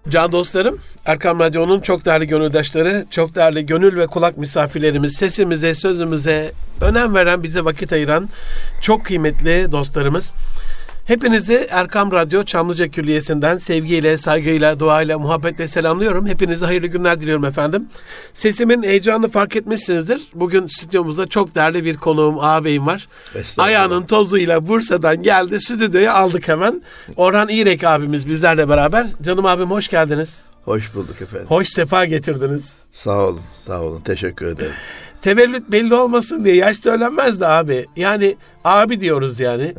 Can dostlarım, Erkam Radyo'nun çok değerli gönüldaşları, çok değerli gönül ve kulak misafirlerimiz, sesimize, sözümüze önem veren, bize vakit ayıran çok kıymetli dostlarımız. Hepinizi Erkam Radyo Çamlıca Külliyesi'nden sevgiyle, saygıyla, duayla, muhabbetle selamlıyorum. Hepinize hayırlı günler diliyorum efendim. Sesimin heyecanını fark etmişsinizdir. Bugün stüdyomuzda çok değerli bir konuğum, ağabeyim var. Ayağının tozuyla Bursa'dan geldi, stüdyoya aldık hemen. Orhan İrek abimiz bizlerle beraber. Canım abim hoş geldiniz. Hoş bulduk efendim. Hoş sefa getirdiniz. Sağ olun, sağ olun. Teşekkür ederim. Tevellüt belli olmasın diye yaş söylenmez de abi. Yani abi diyoruz yani.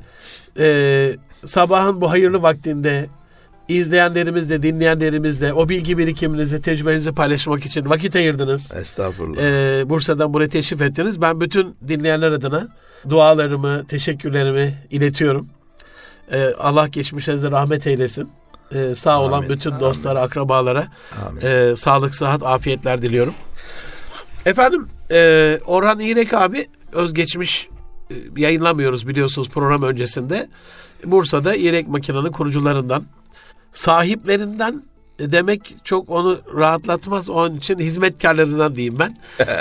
Sabahın bu hayırlı vaktinde izleyenlerimizle, dinleyenlerimizle o bilgi birikiminizi, tecrübenizi paylaşmak için vakit ayırdınız. Estağfurullah. Bursa'dan buraya teşrif ettiniz. Ben bütün dinleyenler adına dualarımı, teşekkürlerimi iletiyorum. Allah geçmişlerinize rahmet eylesin. Sağ olan bütün dostlara, akrabalara sağlık, sıhhat, afiyetler diliyorum. Efendim, Orhan İrek abi özgeçmiş yayınlamıyoruz biliyorsunuz program öncesinde. Bursa'da İrek Makina'nın kurucularından, sahiplerinden demek çok onu rahatlatmaz. Onun için hizmetkarlarından diyeyim ben.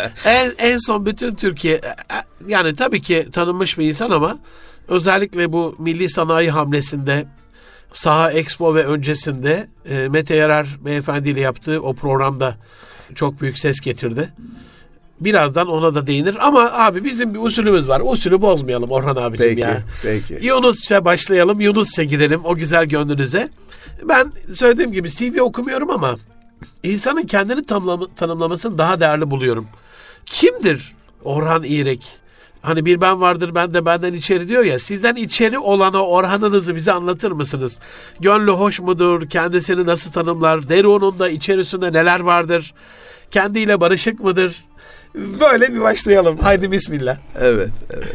en son bütün Türkiye, yani tabii ki tanınmış bir insan ama özellikle bu milli sanayi hamlesinde, Saha Expo ve öncesinde Mete Yarar beyefendiyle yaptığı o programda çok büyük ses getirdi. Birazdan ona da değinir ama abi bizim bir usulümüz var. Usulü bozmayalım Orhan abicim ya. Peki. Yunusça başlayalım. Yunusça gidelim o güzel gönlünüze. Ben söylediğim gibi CV okumuyorum ama insanın kendini tanımlamasını daha değerli buluyorum. Kimdir Orhan İrek? Hani bir ben vardır, ben de benden içeri diyor ya. Sizden içeri olan o Orhan'ınızı bize anlatır mısınız? Gönlü hoş mudur? Kendisini nasıl tanımlar? Derununda, içerisinde neler vardır? Kendiyle barışık mıdır? Böyle bir başlayalım. Haydi bismillah. Evet.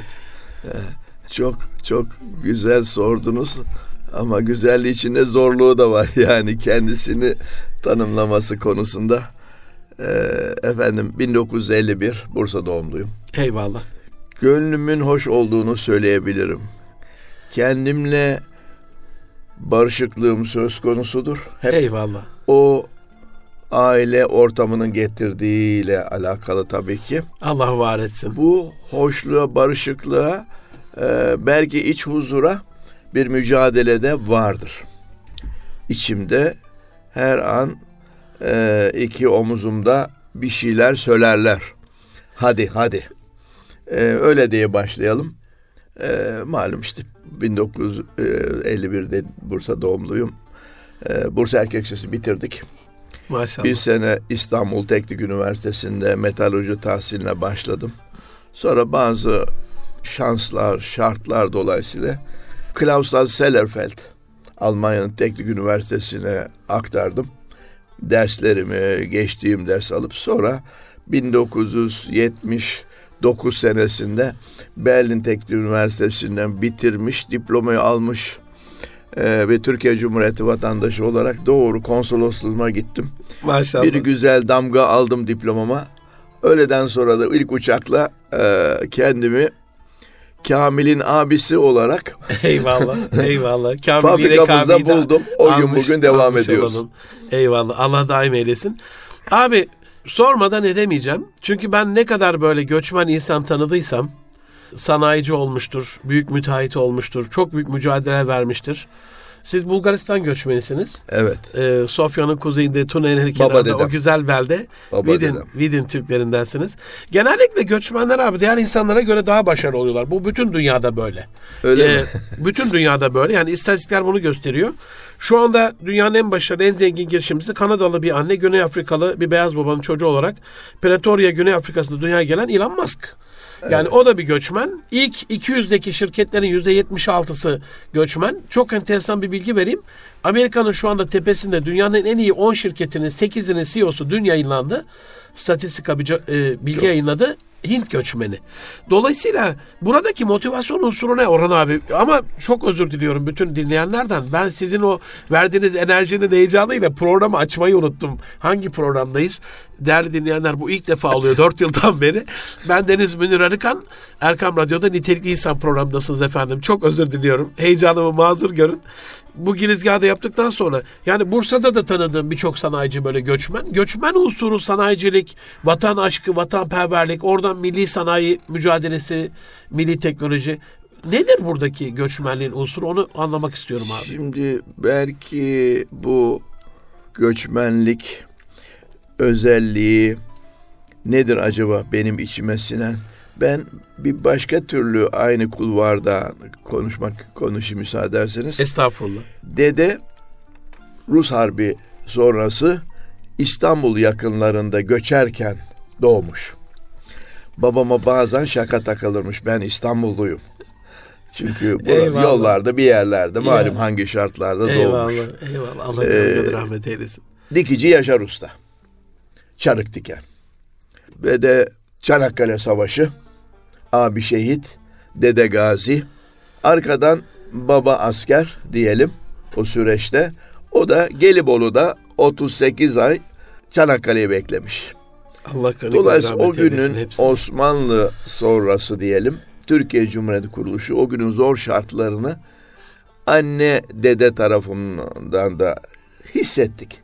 Çok güzel sordunuz ama güzelliği içinde zorluğu da var. Yani kendisini tanımlaması konusunda. Efendim 1951 Bursa doğumluyum. Eyvallah. Gönlümün hoş olduğunu söyleyebilirim. Kendimle barışıklığım söz konusudur. Hep eyvallah. O aile ortamının getirdiğiyle alakalı tabii ki. Allah var etsin. Bu hoşluğa, barışıklığa, belki iç huzura bir mücadelede vardır. İçimde her an iki omuzumda bir şeyler söylerler. Hadi. Öyle diye başlayalım. Malum işte 1951'de Bursa doğumluyum. Bursa Erkek Lisesi bitirdik. Maşallah. Bir sene İstanbul Teknik Üniversitesi'nde metalurji tahsiline başladım. Sonra bazı şartlar dolayısıyla Clausthal-Sellerfeld Almanya'nın Teknik Üniversitesi'ne aktardım. Derslerimi, geçtiğim ders alıp sonra 1979 senesinde Berlin Teknik Üniversitesi'nden bitirmiş, diplomayı almış ve Türkiye Cumhuriyeti vatandaşı olarak doğru konsolosluğuma gittim. Maşallah. Bir güzel damga aldım diplomama. Öğleden sonra da ilk uçakla kendimi Kamil'in abisi olarak eyvallah. fabrikamızda buldum. O gün bugün devam ediyoruz. Olalım. Eyvallah. Allah daim eylesin. Abi sormadan edemeyeceğim. Çünkü ben ne kadar böyle göçmen insan tanıdıysam, sanayici olmuştur, büyük müteahhit olmuştur, çok büyük mücadele vermiştir. Siz Bulgaristan göçmenisiniz. Evet. Sofya'nın kuzeyinde, Tuna Nehri kenarında o güzel belde. Vidin Türklerindensiniz. Genellikle göçmenler abi diğer insanlara göre daha başarılı oluyorlar. Bu bütün dünyada böyle. Öyle mi? Bütün dünyada böyle. Yani istatistikler bunu gösteriyor. Şu anda dünyanın en başarılı, en zengin girişimcisi Kanadalı bir anne, Güney Afrikalı bir beyaz babanın çocuğu olarak Pretoria, Güney Afrika'sında dünyaya gelen Elon Musk. Yani o da bir göçmen. İlk 200'deki şirketlerin %76'sı göçmen. Çok enteresan bir bilgi vereyim. Amerika'nın şu anda tepesinde dünyanın en iyi 10 şirketinin 8'inin CEO'su dün yayınlandı. Statistika bir bilgi yayınladı. Hint göçmeni. Dolayısıyla buradaki motivasyon unsuru ne Orhan abi? Ama çok özür diliyorum bütün dinleyenlerden. Ben sizin o verdiğiniz enerjinin heyecanıyla programı açmayı unuttum. Hangi programdayız? Değerli dinleyenler, bu ilk defa oluyor 4 yıldan beri. Ben Deniz Münir Arıkan. Erkam Radyo'da Nitelikli İnsan programındasınız efendim. Çok özür diliyorum. Heyecanımı mazur görün. bu girizgahı da yaptıktan sonra yani Bursa'da da tanıdığım birçok sanayici böyle göçmen. Göçmen unsuru sanayicilik, vatan aşkı, vatanperverlik, oradan milli sanayi mücadelesi, milli teknoloji. Nedir buradaki göçmenliğin unsuru? Onu anlamak istiyorum abi. Şimdi belki bu göçmenlik özelliği nedir acaba benim içime sinen? Ben bir başka türlü aynı kulvarda konuşayım müsaade ederseniz. Estağfurullah. Dede Rus Harbi sonrası İstanbul yakınlarında göçerken doğmuş. Babama bazen şaka takılırmış. Ben İstanbulluyum. Çünkü yollarda bir yerlerde malum hangi şartlarda doğmuş. Eyvallah. Allah gani rahmet eylesin. Dikici Yaşar Usta. Çarık diken. Ve de Çanakkale Savaşı. Abi şehit. Dede gazi. Arkadan baba asker diyelim o süreçte. O da Gelibolu'da 38 ay Çanakkale'yi beklemiş. Dolayısıyla o günün Osmanlı sonrası diyelim, Türkiye Cumhuriyeti kuruluşu o günün zor şartlarını anne dede tarafından da hissettik.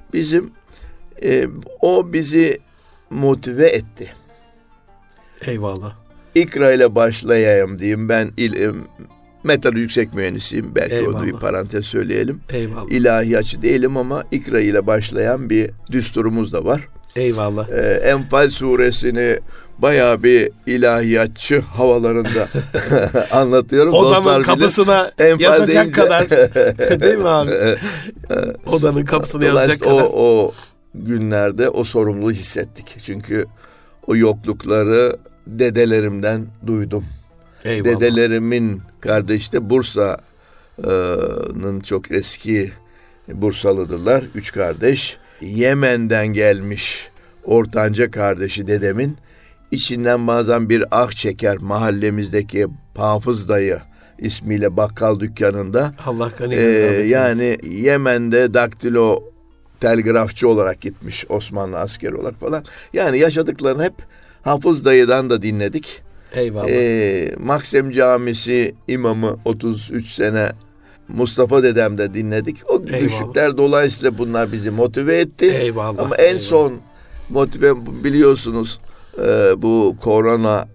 O bizi motive etti. Eyvallah. İkra ile başlayayım diyeyim. Ben metal yüksek mühendisiyim. Belki onu bir parantez söyleyelim. Eyvallah. İlahiyatçı değilim ama İkra ile başlayan bir düsturumuz da var. Eyvallah. Enfal suresini bayağı bir ilahiyatçı havalarında anlatıyorum. Odanın kapısına yazacak kadar. Değil mi abi? Odanın kapısına yazacak kadar. O günlerde o sorumluluğu hissettik. Çünkü o yoklukları dedelerimden duydum. Eyvallah. Dedelerimin kardeşi de Bursa'nın çok eski Bursalıdırlar. 3 kardeş. Yemen'den gelmiş ortanca kardeşi dedemin içinden bazen bir ah çeker mahallemizdeki Hafız dayı ismiyle bakkal dükkanında. Allah yani Yemen'de daktilo telgrafçı olarak gitmiş Osmanlı askeri olarak falan. Yani yaşadıklarını hep Hafız dayıdan da dinledik. Eyvallah. Maksem Camisi imamı 33 sene Mustafa dedem de dinledik. O düşükler dolayısıyla bunlar bizi motive etti. Eyvallah. Ama en son motive biliyorsunuz bu korona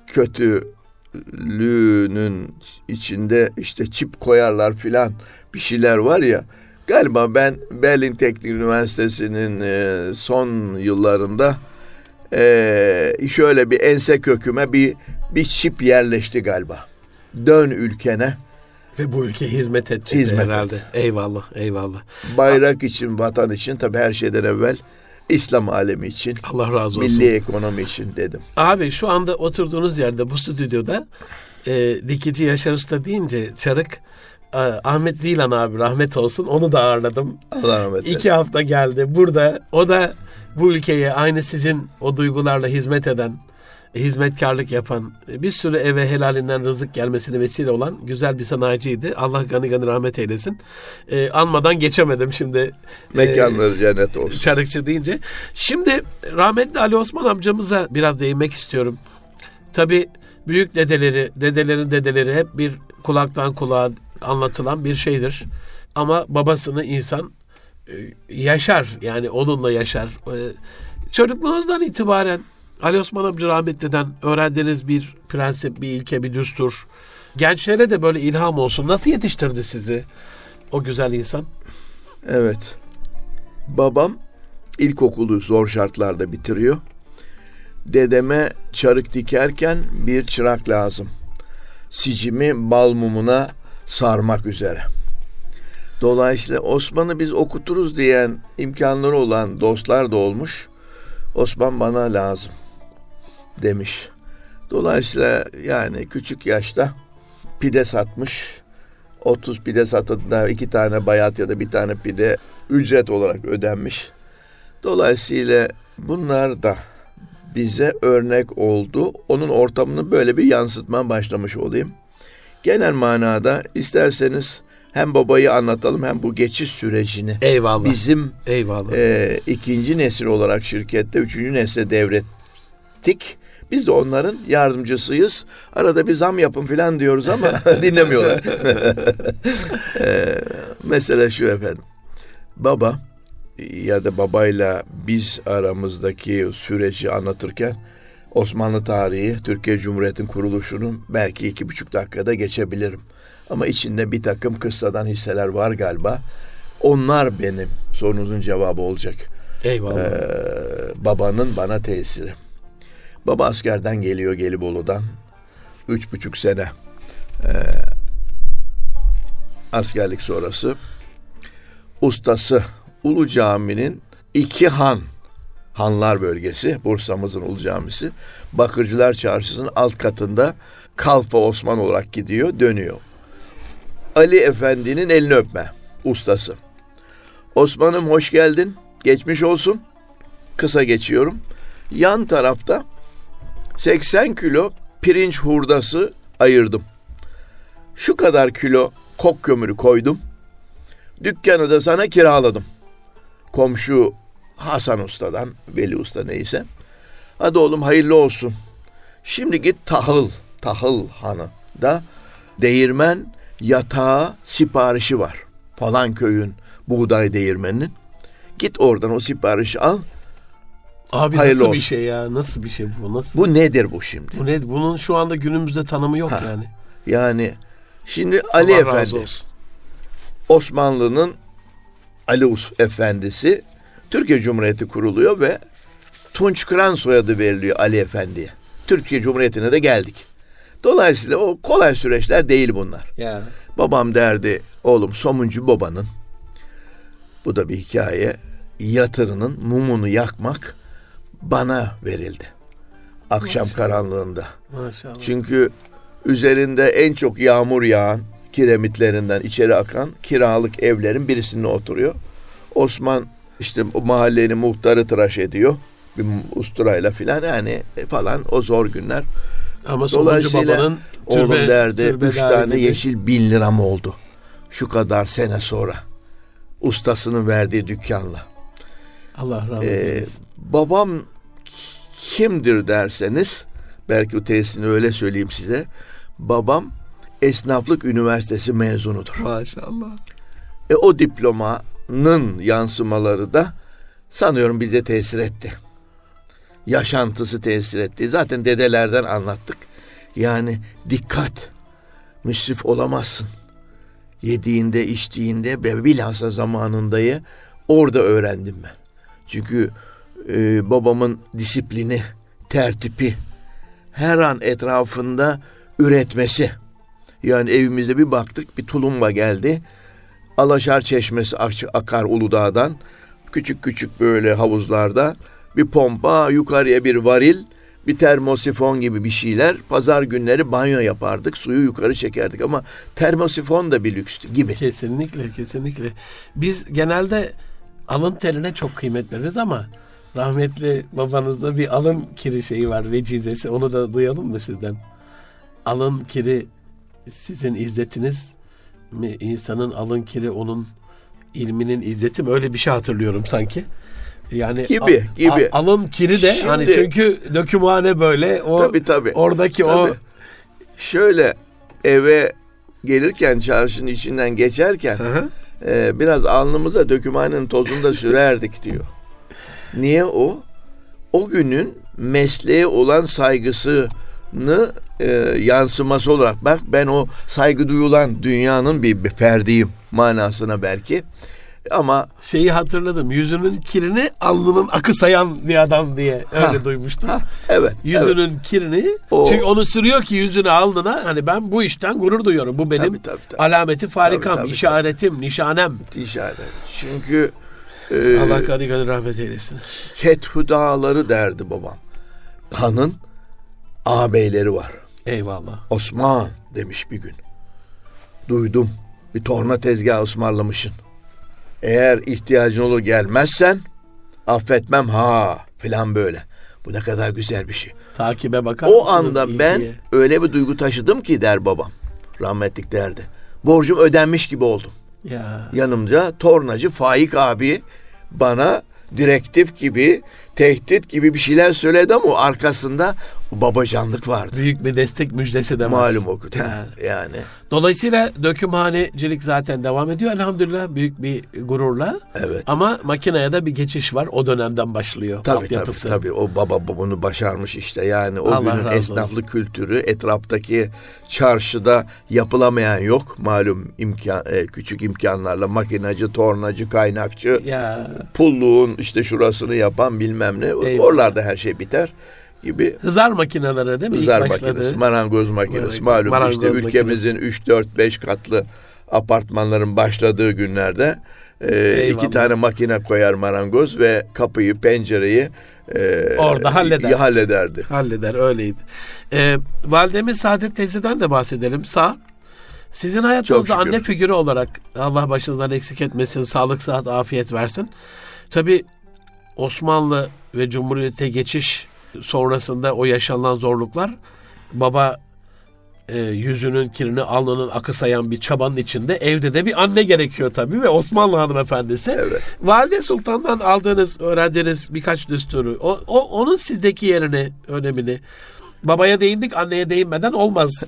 kötülüğünün içinde işte çip koyarlar filan bir şeyler var ya. Galiba ben Berlin Teknik Üniversitesi'nin son yıllarında şöyle bir ense köküme bir çip yerleşti galiba. Dön ülkene. Ve bu ülkeye hizmet edecek herhalde. Eyvallah. Bayrak için, vatan için, tabii her şeyden evvel İslam alemi için. Allah razı olsun. Milli ekonomi için dedim. Abi şu anda oturduğunuz yerde bu stüdyoda Dikici Yaşar Usta deyince Çarık Ahmet Zilan abi rahmet olsun onu da ağırladım. Allah rahmet eylesin. 2 hafta geldi. Burada o da bu ülkeye aynı sizin o duygularla hizmet eden, hizmetkarlık yapan, bir sürü eve helalinden rızık gelmesine vesile olan güzel bir sanayiciydi. Allah gani rahmet eylesin. Anmadan geçemedim şimdi. Mekanları cennet olsun. Çarıkçı deyince. Şimdi rahmetli Ali Osman amcamıza biraz değinmek istiyorum. Tabii büyük dedelerin dedeleri hep bir kulaktan kulağa anlatılan bir şeydir. Ama babasını insan yaşar. Yani onunla yaşar. Çocukluğunuzdan itibaren Ali Osman amca rahmetliden öğrendiğiniz bir prensip, bir ilke, bir düstur. Gençlere de böyle ilham olsun. Nasıl yetiştirdi sizi o güzel insan? Evet. Babam ilkokulu zor şartlarda bitiriyor. Dedeme çarık dikerken bir çırak lazım. Sicimi bal mumuna sarmak üzere. Dolayısıyla Osman'ı biz okuturuz diyen imkanları olan dostlar da olmuş. Osman bana lazım demiş. Dolayısıyla yani küçük yaşta pide satmış. 30 pide satıldığında 2 tane bayat ya da 1 tane pide ücret olarak ödenmiş. Dolayısıyla bunlar da bize örnek oldu. Onun ortamını böyle bir yansıtmaya başlamış olayım. Genel manada isterseniz hem babayı anlatalım hem bu geçiş sürecini. Eyvallah. Bizim eyvallah. 2. nesil olarak şirkette 3. nesle devrettik. Biz de onların yardımcısıyız. Arada bir zam yapın falan diyoruz ama dinlemiyorlar. Mesele şu efendim. Baba ya da babayla biz aramızdaki süreci anlatırken Osmanlı tarihi, Türkiye Cumhuriyeti'nin kuruluşunu belki 2,5 dakikada geçebilirim. Ama içinde bir takım kıssadan hisseler var galiba. Onlar benim sorunuzun cevabı olacak. Eyvallah. Babanın bana tesiri. Baba askerden geliyor Gelibolu'dan. 3,5 sene askerlik sonrası. Ustası Ulu Cami'nin 2 Hanlar bölgesi, Bursa'mızın Ulu Camisi. Bakırcılar Çarşısı'nın alt katında Kalfa Osman olarak gidiyor, dönüyor. Ali Efendi'nin elini öpme ustası. Osman'ım hoş geldin, geçmiş olsun. Kısa geçiyorum. Yan tarafta 80 kilo pirinç hurdası ayırdım. Şu kadar kilo kok kömürü koydum. Dükkanı da sana kiraladım. Komşu Hasan Usta'dan, Veli Usta neyse. Hadi oğlum hayırlı olsun. Şimdi git Tahıl Hanı da değirmen yatağı siparişi var. Falan köyün buğday değirmeninin. Git oradan o siparişi al. Abi hayırlı nasıl olsun. bir şey ya? Nasıl bir şey bu? Nasıl? Bu nedir bu şimdi? Bu ne? Bunun şu anda günümüzde tanımı yok yani. Yani şimdi Ali Allah razı Efendi, olsun. Osmanlı'nın Ali Efendisi, Türkiye Cumhuriyeti kuruluyor ve Tunç Kıran soyadı veriliyor Ali Efendi'ye. Türkiye Cumhuriyeti'ne de geldik. Dolayısıyla o kolay süreçler değil bunlar. Ya. Babam derdi, oğlum somuncu babanın, bu da bir hikaye, yatırının mumunu yakmak bana verildi. Akşam Maşallah. karanlığında. Maşallah. Çünkü üzerinde en çok yağmur yağan, kiremitlerinden içeri akan kiralık evlerin birisinde oturuyor. Osman işte o mahallenin muhtarı tıraş ediyor. Bir usturayla filan yani falan o zor günler. Ama sonucu babanın oğlum derdi 3 tane dedi. yeşil 1000 liram oldu. Şu kadar sene sonra. Ustasının verdiği dükkanla. Allah rahmet eylesin. Babam kimdir derseniz, belki o tesisini öyle söyleyeyim size. Babam Esnaflık Üniversitesi mezunudur. Maşallah. O diplomanın yansımaları da sanıyorum bize tesir etti. Yaşantısı tesir etti. Zaten dedelerden anlattık. Yani dikkat, müsrif olamazsın. Yediğinde, içtiğinde ve bilhassa zamanındayı orada öğrendim ben. Çünkü babamın disiplini, tertipi, her an etrafında üretmesi. Yani evimize bir baktık, bir tulumba geldi. Alaşar Çeşmesi akar Uludağ'dan. Küçük küçük böyle havuzlarda bir pompa, yukarıya bir varil, bir termosifon gibi bir şeyler. Pazar günleri banyo yapardık, suyu yukarı çekerdik ama termosifon da bir lükstü gibi. Kesinlikle, kesinlikle. Biz genelde alın terine çok kıymet veririz ama rahmetli babanızda bir alın kiri şeyi var, vecizesi. Onu da duyalım mı sizden? Alın kiri sizin izzetiniz mi? İnsanın alın kiri onun ilminin izzeti mi? Öyle bir şey hatırlıyorum sanki. Yani Gibi. alın kiri de Şimdi, hani çünkü dökümhane böyle o tabii. oradaki Tabii. o şöyle eve gelirken çarşının içinden geçerken biraz alnımıza dökümhanenin tozunu da sürerdik diyor. Niye o? O günün mesleğe olan saygısını yansıması olarak, bak ben o saygı duyulan dünyanın bir ferdiyim manasına belki. Ama şeyi hatırladım. Yüzünün kirini alnının akı sayan bir adam diye öyle duymuştum. Evet. Yüzünün kirini çünkü onu sürüyor ki yüzünü alnına, hani ben bu işten gurur duyuyorum. Bu benim Tabii. alameti farikam, Tabii. işaretim, nişanem. İşaret. Çünkü Allah gani rahmet eylesin. Kethu Dağları derdi babam. Hanın ağabeyleri var. Eyvallah. Osman demiş bir gün. Duydum. Bir torna tezgahı ısmarlamışsın. Eğer ihtiyacın olur gelmezsen affetmem ha filan böyle. Bu ne kadar güzel bir şey. Takibe bakar O mısınız anda ilgiye? ben öyle bir duygu taşıdım ki der babam. Rahmetlik derdi. Borcum ödenmiş gibi oldum. Ya. Yanımda tornacı Faik abi bana direktif gibi, tehdit gibi bir şeyler söyledi ama arkasında babacanlık vardı. Büyük bir destek müjdesi de var. Malum okut. Yani. Dolayısıyla dökümhanecilik zaten devam ediyor elhamdülillah büyük bir gururla. Evet. Ama makineye de bir geçiş var. O dönemden başlıyor. Tabii. O baba bunu başarmış işte. Yani o Allah günün razı esnaflık kültürü, etraftaki çarşıda yapılamayan yok. Malum küçük imkanlarla makinacı, tornacı, kaynakçı, Ya. pulluğun işte şurasını yapan bilmem ne. Eyvallah. Oralarda her şey biter gibi. Hızar makineleri değil mi? Hızar İlk başladığı. makinesi, marangoz makinesi. Malum Marangoz işte ülkemizin 3-4-5 katlı apartmanların başladığı günlerde 2 tane makine koyar marangoz ve kapıyı, pencereyi orada hallederdi. Halleder, öyleydi. Validemiz Saadet teyzeden de bahsedelim. Sizin hayatınızda anne figürü olarak Allah başınızdan eksik etmesin, sağlık, sıhhat, afiyet versin. Tabii Osmanlı ve Cumhuriyet'e geçiş sonrasında o yaşanan zorluklar, baba yüzünün kirini, alnının akı sayan bir çabanın içinde evde de bir anne gerekiyor tabii ve Osmanlı hanımefendisi. Evet. Valide Sultan'dan aldığınız, öğrendiğiniz birkaç düsturu, onun sizdeki yerini, önemini, babaya değindik, anneye değinmeden olmaz.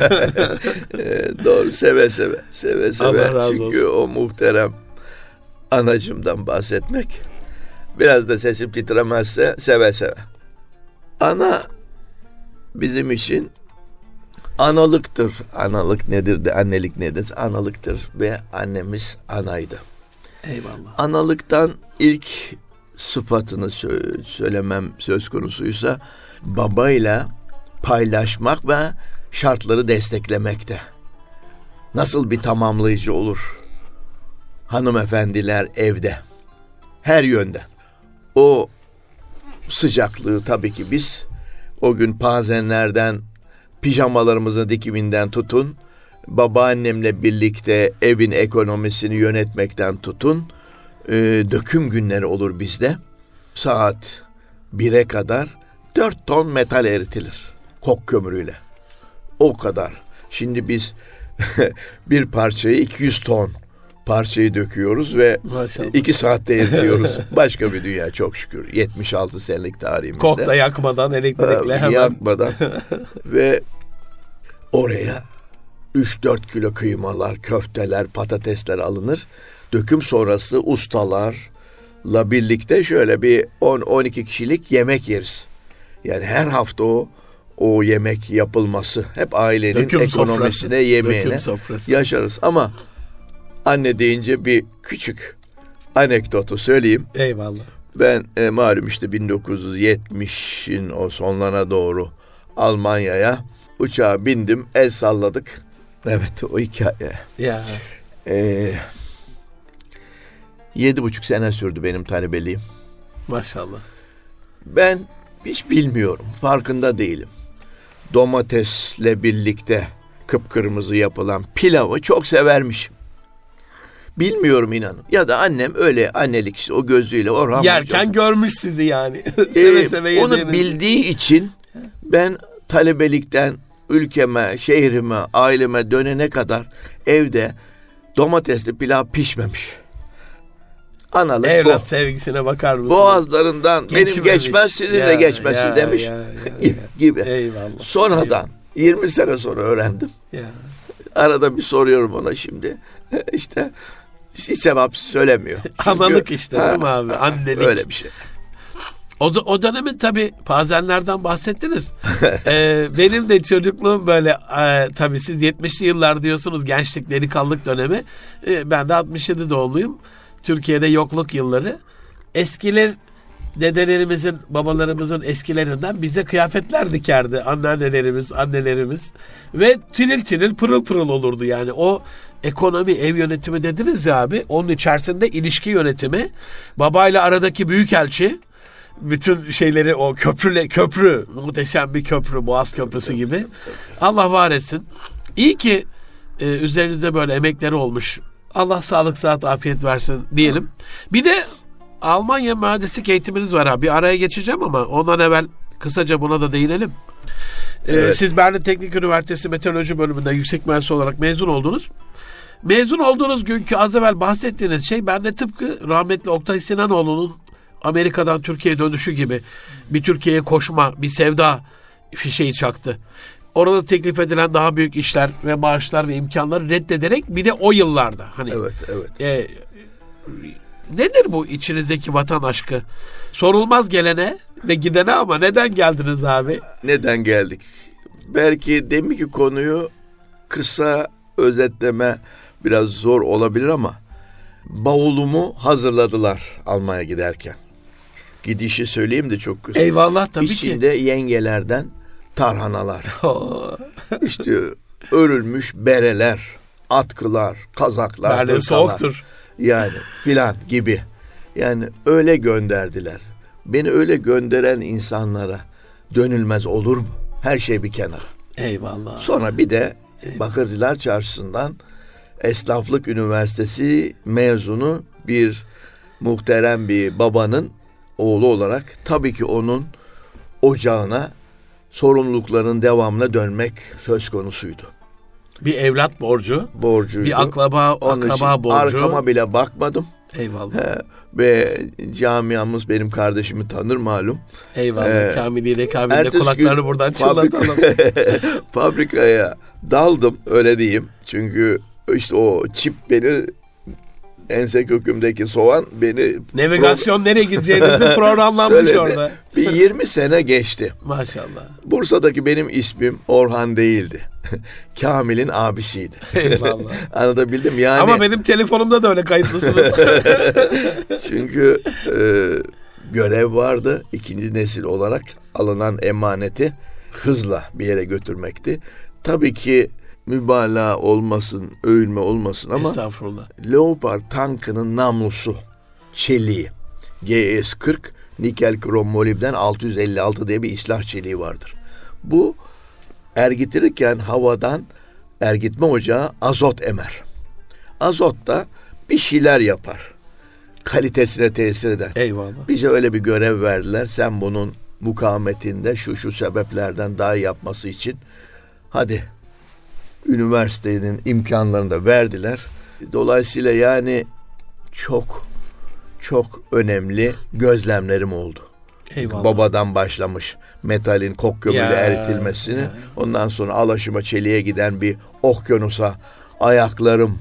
Doğru, seve seve. Allah razı Çünkü olsun. o muhterem anacımdan bahsetmek, biraz da sesim titremezse seve seve. Ana bizim için analıktır. Analık nedir de annelik nedir? Analıktır ve annemiz anaydı. Eyvallah. Analıktan ilk sıfatını söylemem söz konusuysa babayla paylaşmak ve şartları desteklemekte. Nasıl bir tamamlayıcı olur hanımefendiler evde? Her yönden. O sıcaklığı tabii ki biz o gün pazenlerden, pijamalarımızın dikiminden tutun, babaannemle birlikte evin ekonomisini yönetmekten tutun, döküm günleri olur bizde. Saat 1'e kadar 4 ton metal eritilir kok kömürüyle. O kadar. Şimdi biz bir parçayı 200 ton parçayı döküyoruz ve Maşallah. 2 saatte eritiyoruz. Başka bir dünya çok şükür. 76 senelik tarihimizde. Kok da yakmadan, elektrikle hemen. Yakmadan. Ve oraya 3-4 kilo kıymalar, köfteler, patatesler alınır. Döküm sonrası ustalarla birlikte şöyle bir 10-12 kişilik yemek yeriz. Yani her hafta o yemek yapılması, hep ailenin Döküm ekonomisine, sofrası. yemeğine yaşarız. Ama anne deyince bir küçük anekdotu söyleyeyim. Eyvallah. Ben malum işte 1970'in o sonlarına doğru Almanya'ya uçağa bindim, el salladık. Evet, o hikaye. Ya. 7,5 sene sürdü benim talebeliğim. Maşallah. Ben hiç bilmiyorum, farkında değilim. Domatesle birlikte kıpkırmızı yapılan pilavı çok severmişim. Bilmiyorum, inanın. Ya da annem öyle annelik işte, o gözüyle o rahmet. Yerken görmüş sizi yani. Seve seve yediğiniz. Onu bildiği için ben talebelikten ülkeme, şehrime, aileme dönene kadar evde domatesli pilav pişmemiş. Analık evlat sevgisine bakar mısın? Boğazlarından Geçmemiş. benim geçmez, sizin de geçmesin demiş. Gibi. Eyvallah. Sonradan 20 sene sonra öğrendim. Ya. Arada bir soruyorum ona şimdi. İşte hiç sevap söylemiyor. Çünkü, Analık işte değil mi abi? Annelik. Öyle bir şey. O dönemin tabii pazenlerden bahsettiniz. Benim de çocukluğum böyle tabii siz 70'li yıllar diyorsunuz, gençlik, delikanlılık dönemi. Ben de 67 doğumluyum. Türkiye'de yokluk yılları. Eskiler, dedelerimizin, babalarımızın eskilerinden bize kıyafetler dikerdi. Annelerimiz. Ve tiril pırıl pırıl olurdu yani. O ekonomi, ev yönetimi dediniz ya abi. Onun içerisinde ilişki yönetimi, babayla aradaki büyükelçi, bütün şeyleri, o köprü, muhteşem bir köprü, Boğaz Köprüsü gibi. Allah var etsin. İyi ki üzerinizde böyle emekleri olmuş. Allah sağlık, sıhhat, afiyet versin diyelim. Bir de Almanya mühendislik eğitiminiz var abi. Bir araya geçeceğim ama ondan evvel kısaca buna da değinelim. Evet. Siz Berlin Teknik Üniversitesi Meteoroloji bölümünde yüksek mühendis olarak mezun oldunuz. Mezun olduğunuz günkü az evvel bahsettiğiniz şey, ben de tıpkı rahmetli Oktay Sinanoğlu'nun Amerika'dan Türkiye'ye dönüşü gibi bir Türkiye'ye koşma, bir sevda fişeği çaktı. Orada teklif edilen daha büyük işler ve maaşlar ve imkanları reddederek, bir de o yıllarda hani Evet. Nedir bu içinizdeki vatan aşkı? Sorulmaz gelene ve gidene, ama neden geldiniz abi? Neden geldik? Belki deminki konuyu kısa özetleme biraz zor olabilir ama bavulumu hazırladılar Almanya giderken. Gidişi söyleyeyim de çok kısa. Eyvallah, tabii ki. İçinde yengelerden tarhanalar, işte örülmüş bereler, atkılar, kazaklar, Berlin hırkalar, soğuktur. yani filan gibi. Yani öyle gönderdiler. Beni öyle gönderen insanlara dönülmez olur mu? Her şey bir kenara. Eyvallah. Sonra bir de Bakırcılar Çarşısı'ndan Esnaflık Üniversitesi mezunu bir muhterem bir babanın oğlu olarak tabii ki onun ocağına sorumlulukların devamına dönmek söz konusuydu. Bir evlat borcuydu. Bir akraba borcu. Arkama bile bakmadım. Eyvallah. Ve camiamız benim kardeşimi tanır malum. Eyvallah. Kamiliyle Kamil'le kulaklarını buradan çınlatalım. Fabrikaya daldım, öyle diyeyim. Çünkü işte o çip beni, ense kökümdeki soğan beni... Navigasyon nereye gideceğinizi programlanmış orada. Bir 20 sene geçti. Maşallah. Bursa'daki benim ismim Orhan değildi. Kamil'in abisiydi. Eyvallah. Anlatabildim yani. Ama benim telefonumda da öyle kayıtlısınız. Çünkü görev vardı. İkinci nesil olarak alınan emaneti hızla bir yere götürmekti. Tabii ki mübalağa olmasın, övülme olmasın ama Estağfurullah. Leopard tankının namlusu, çeliği, GS-40 nikel krom molibden 656 diye bir islah çeliği vardır. Bu ergitirirken havadan ergitme ocağı azot emer. Azot da bir şeyler yapar. Kalitesine tesir eder. Eyvallah. Bize öyle bir görev verdiler. Sen bunun mukavemetinde şu sebeplerden daha iyi yapması için hadi, üniversitenin imkanlarını da verdiler. Dolayısıyla yani çok çok önemli gözlemlerim oldu. Eyvallah. Babadan başlamış metalin kok kömürle eritilmesini, ondan sonra alaşıma çeliğe giden bir okyanusa ayaklarım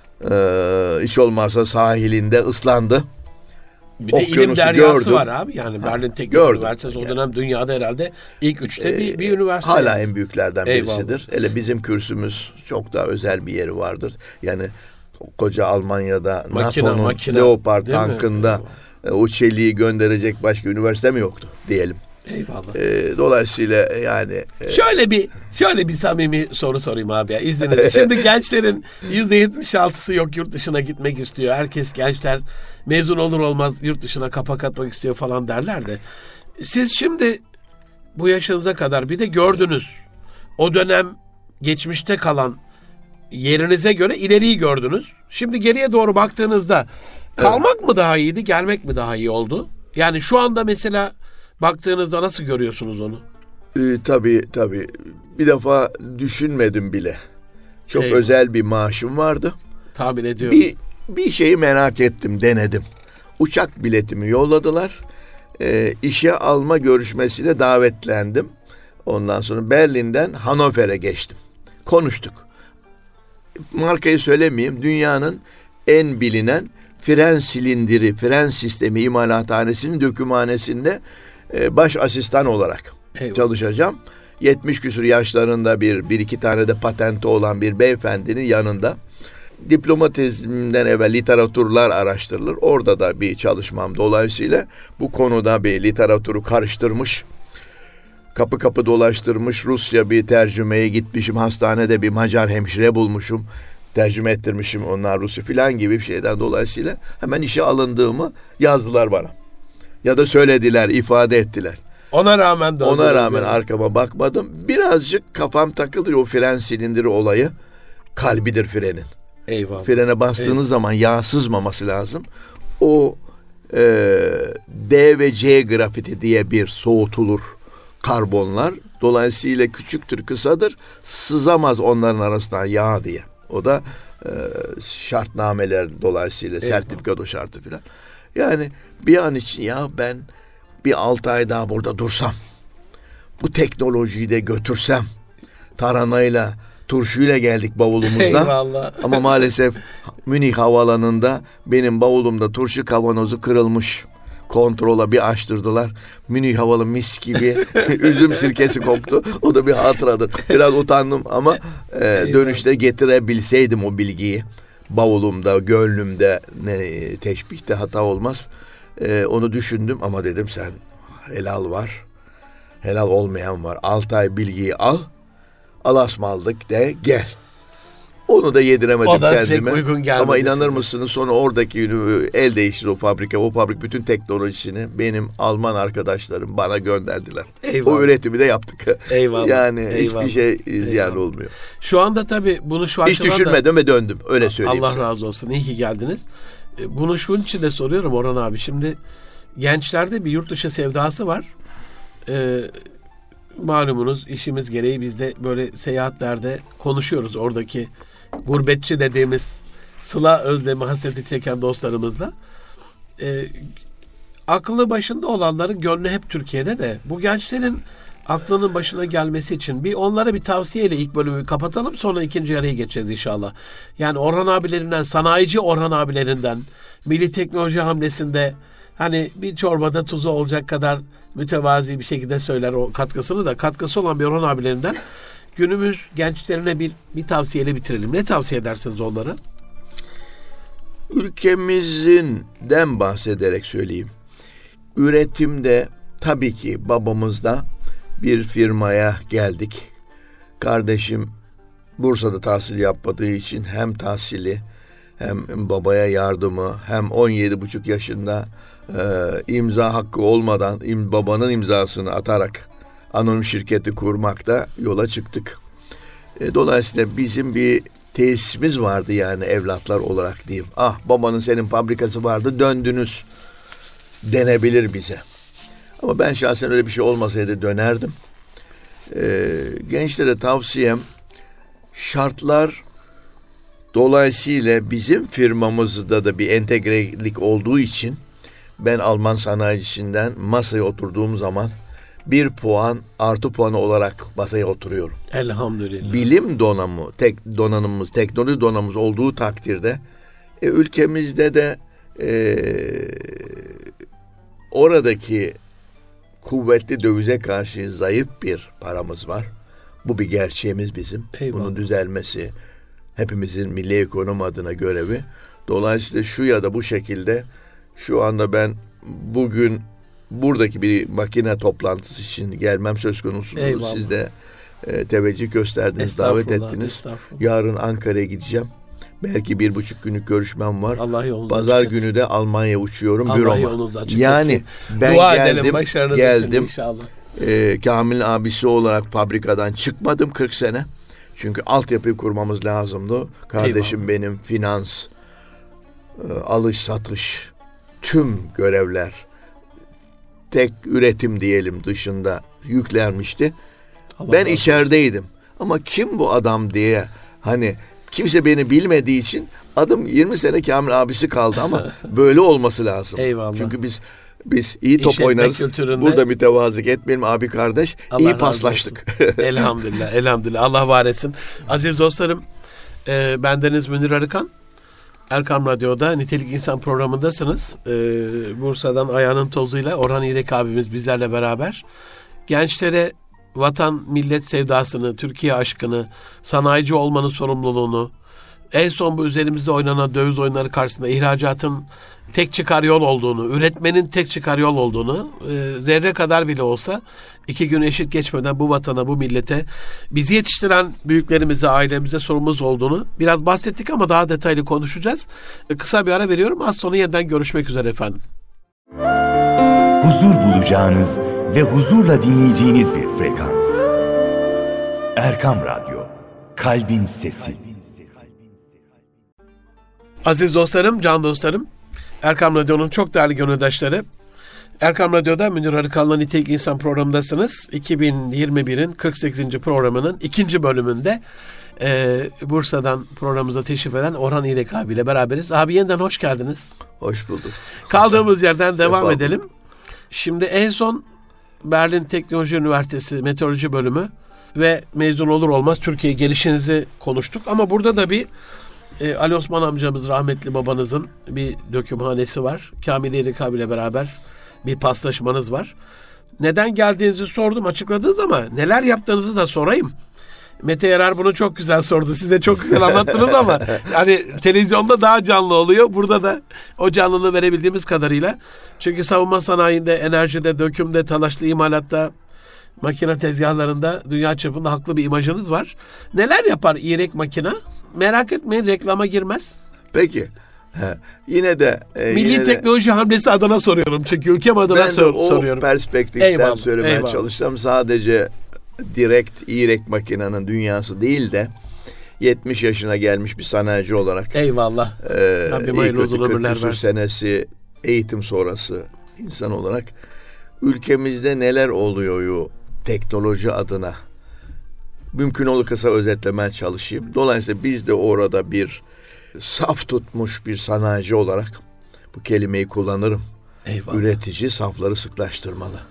hiç olmazsa sahilinde ıslandı. Bir de ilim deryası var abi. Yani Berlin Teknik Üniversitesi o dönem dünyada herhalde ilk 3'te bir üniversite. Hala en büyüklerden birisidir. Eyvallah. Hele bizim kürsümüz çok daha özel bir yeri vardır. Yani koca Almanya'da NATO'nun Leopard tankında o çeliği gönderecek başka üniversite mi yoktu diyelim. Eyvallah. Dolayısıyla yani şöyle bir samimi soru sorayım abi ya, izninizle. Şimdi gençlerin %76'sı yok yurt dışına gitmek istiyor. Herkes, gençler mezun olur olmaz yurt dışına kapak atmak istiyor falan derler de. Siz şimdi bu yaşınıza kadar bir de gördünüz. O dönem geçmişte kalan yerinize göre ileriyi gördünüz. Şimdi geriye doğru baktığınızda kalmak mı daha iyiydi, gelmek mi daha iyi oldu? Yani şu anda mesela baktığınızda nasıl görüyorsunuz onu? Tabii. Bir defa düşünmedim bile. Çok özel bir maaşım vardı. Tahmin ediyorum. Bir şeyi merak ettim, denedim. Uçak biletimi yolladılar. İşe alma görüşmesine davetlendim. Ondan sonra Berlin'den Hannover'e geçtim. Konuştuk. Markayı söylemeyeyim. Dünyanın en bilinen fren sistemi imalathanesinin dökümhanesinde baş asistan olarak çalışacağım. 70 küsur yaşlarında bir iki tane de patenti olan bir beyefendinin yanında. Diploma tezimden evvel literatürler araştırılır. Orada da bir çalışmam dolayısıyla bu konuda bir literatürü karıştırmış, kapı kapı dolaştırmış, Rusya bir tercümeye gitmişim, hastanede bir Macar hemşire bulmuşum, tercüme ettirmişim, onlar Rusya filan gibi bir şeyden dolayısıyla hemen işe alındığımı yazdılar bana. Ya da söylediler, ifade ettiler. Ona rağmen arkama bakmadım. Birazcık kafam takılır o fren silindiri olayı. Kalbidir frenin. Eyvallah. Frene bastığınız zaman yağ sızmaması lazım. O D ve C grafiti diye bir soğutulur karbonlar. Dolayısıyla küçüktür, kısadır. Sızamaz onların arasından yağ diye. O da şartnameler dolayısıyla sertifika şartı filan. Yani bir an için ya ben bir 6 ay daha burada dursam, bu teknolojiyi de götürsem, taranayla, turşuyla geldik bavulumuzda. Eyvallah. Ama maalesef Münih havaalanında benim bavulumda turşu kavanozu kırılmış. Kontrola bir açtırdılar. Münih havalı mis gibi üzüm sirkesi koktu. O da bir hatıradır. Biraz utandım ama dönüşte getirebilseydim o bilgiyi. Bavulumda, gönlümde teşbihte hata olmaz. Onu düşündüm ama dedim sen helal var. Helal olmayan var. 6 ay bilgiyi al. Alasmaldık de gel. Onu da yediremedim o da kendime. Uygun gelmedi Ama inanır size. mısınız sonra oradaki el değiştirdi o fabrika. O fabrik bütün teknolojisini benim Alman arkadaşlarım bana gönderdiler. Eyvallah. O üretimi de yaptık. Eyvallah. Yani Eyvallah. hiçbir şey ziyan Eyvallah. olmuyor. Şu anda tabii bunu şu Hiç açıdan da... düşünmedim ve döndüm. Öyle söyleyeyim Allah size. razı olsun. İyi ki geldiniz. Bunu şunun için de soruyorum Orhan abi. Şimdi gençlerde bir yurt dışı sevdası var. Malumunuz işimiz gereği biz de böyle seyahatlerde konuşuyoruz. Oradaki gurbetçi dediğimiz sıla özlemi, hasreti çeken dostlarımızla. Aklı başında olanların gönlü hep Türkiye'de de bu gençlerin aklının başına gelmesi için onlara bir tavsiyeyle ilk bölümü kapatalım, sonra ikinci yarıya geçeceğiz inşallah. Yani Orhan abilerinden, sanayici Orhan abilerinden, milli teknoloji hamlesinde hani bir çorbada tuzu olacak kadar mütevazi bir şekilde söyler o katkısını da, katkısı olan bir Orhan abilerinden günümüz gençlerine bir tavsiyeyle bitirelim. Ne tavsiye edersiniz onlara? Ülkemizden bahsederek söyleyeyim. Üretimde tabii ki babamızda bir firmaya geldik. Kardeşim Bursa'da tahsil yapmadığı için hem tahsili hem babaya yardımı hem 17,5 yaşında imza hakkı olmadan babanın imzasını atarak anonim şirketi kurmakta yola çıktık. Dolayısıyla bizim bir tesisimiz vardı yani evlatlar olarak diyeyim. Ah babanın senin fabrikası vardı döndünüz denebilir bize. Ama ben şahsen öyle bir şey olmasaydı dönerdim. Gençlere tavsiyem şartlar dolayısıyla bizim firmamızda da bir entegrelik olduğu için ben Alman sanayicisinden masaya oturduğum zaman 1 puan artı puanı olarak masaya oturuyorum. Elhamdülillah. Bilim donanımımız, teknoloji donanımımız olduğu takdirde ülkemizde de oradaki kuvvetli dövize karşı zayıf bir paramız var. Bu bir gerçeğimiz bizim. Eyvallah. Bunun düzelmesi hepimizin milli ekonomi adına görevi. Dolayısıyla şu ya da bu şekilde şu anda ben bugün buradaki bir makine toplantısı için gelmem söz konusu. Eyvallah. Siz de teveccüh gösterdiniz, davet ettiniz. Yarın Ankara'ya gideceğim. Belki 1,5 günlük görüşmem var. Allah yolunu Pazar açık günü de Almanya'ya uçuyorum Allah büroma. yolunu açık Yani etsin. ben Dua edelim, geldim. inşallah. Kamil'in abisi olarak fabrikadan çıkmadım 40 sene. Çünkü altyapıyı kurmamız lazımdı. Kardeşim Eyvallah. benim finans, alış satış, tüm görevler tek üretim diyelim dışında yüklenmişti. Ben içerideydim. Ama kim bu adam diye hani kimse beni bilmediği için adım 20 sene Kamil abisi kaldı ama böyle olması lazım. Eyvallah. Çünkü biz iyi top İşletme oynarız. kültüründe... Burada mütevazılık etmeyelim abi kardeş. Allah iyi razı paslaştık. Elhamdülillah, elhamdülillah. Allah var etsin. Aziz dostlarım, bendeniz Münir Arıkan. Erkam Radyo'da Nitelik İnsan programındasınız. Bursa'dan ayağının tozuyla Orhan İrek abimiz bizlerle beraber. Gençlere vatan, millet sevdasını, Türkiye aşkını, sanayici olmanın sorumluluğunu, en son bu üzerimizde oynanan döviz oyunları karşısında ihracatın tek çıkar yol olduğunu, üretmenin tek çıkar yol olduğunu, zerre kadar bile olsa 2 gün eşit geçmeden bu vatana, bu millete, bizi yetiştiren büyüklerimize, ailemize sorumlumuz olduğunu biraz bahsettik ama daha detaylı konuşacağız. Kısa bir ara veriyorum. Az sonra yeniden görüşmek üzere efendim. Huzur bulacağınız ve huzurla dinleyeceğiniz bir frekans. Erkam Radyo, Kalbin Sesi. Aziz dostlarım, can dostlarım, Erkam Radyo'nun çok değerli gönüldaşları, Erkam Radyo'da Münir Arıkan'la Nitelik İnsan programındasınız. 2021'in 48. programının 2. bölümünde Bursa'dan programımıza teşrif eden Orhan İrek abiyle beraberiz. Abi yeniden hoş geldiniz. Hoş bulduk. Kaldığımız yerden devam Sefa edelim. Şimdi en son Berlin Teknoloji Üniversitesi Meteoroloji Bölümü ve mezun olur olmaz Türkiye gelişinizi konuştuk. Ama burada da bir Ali Osman amcamız, rahmetli babanızın bir dökümhanesi var. Kamil Yerikabi ile beraber bir paslaşmanız var. Neden geldiğinizi sordum, açıkladınız ama neler yaptığınızı da sorayım. Mete Yarar bunu çok güzel sordu. Siz de çok güzel anlattınız ama yani televizyonda daha canlı oluyor. Burada da o canlılığı verebildiğimiz kadarıyla. Çünkü savunma sanayinde, enerjide, dökümde, talaşlı imalatta, makine tezgahlarında dünya çapında haklı bir imajınız var. Neler yapar İrek makina? Merak etmeyin, reklama girmez. Peki. Yine de Milli teknoloji hamlesi adına soruyorum. Çünkü ülkem adına soruyorum. Ben de o perspektiften Eyvallah, söylemeye eyvallah. çalıştım. Sadece direkt İrek makinenin dünyası değil de 70 yaşına gelmiş bir sanayici olarak. Eyvallah. Rabbim hayırlı uzun ömürler versin. senesi eğitim sonrası insan olarak ülkemizde neler oluyor teknoloji adına mümkün olur kısa özetlemeye çalışayım. Dolayısıyla biz de orada bir saf tutmuş bir sanayici olarak bu kelimeyi kullanırım. Eyvallah. Üretici safları sıklaştırmalı.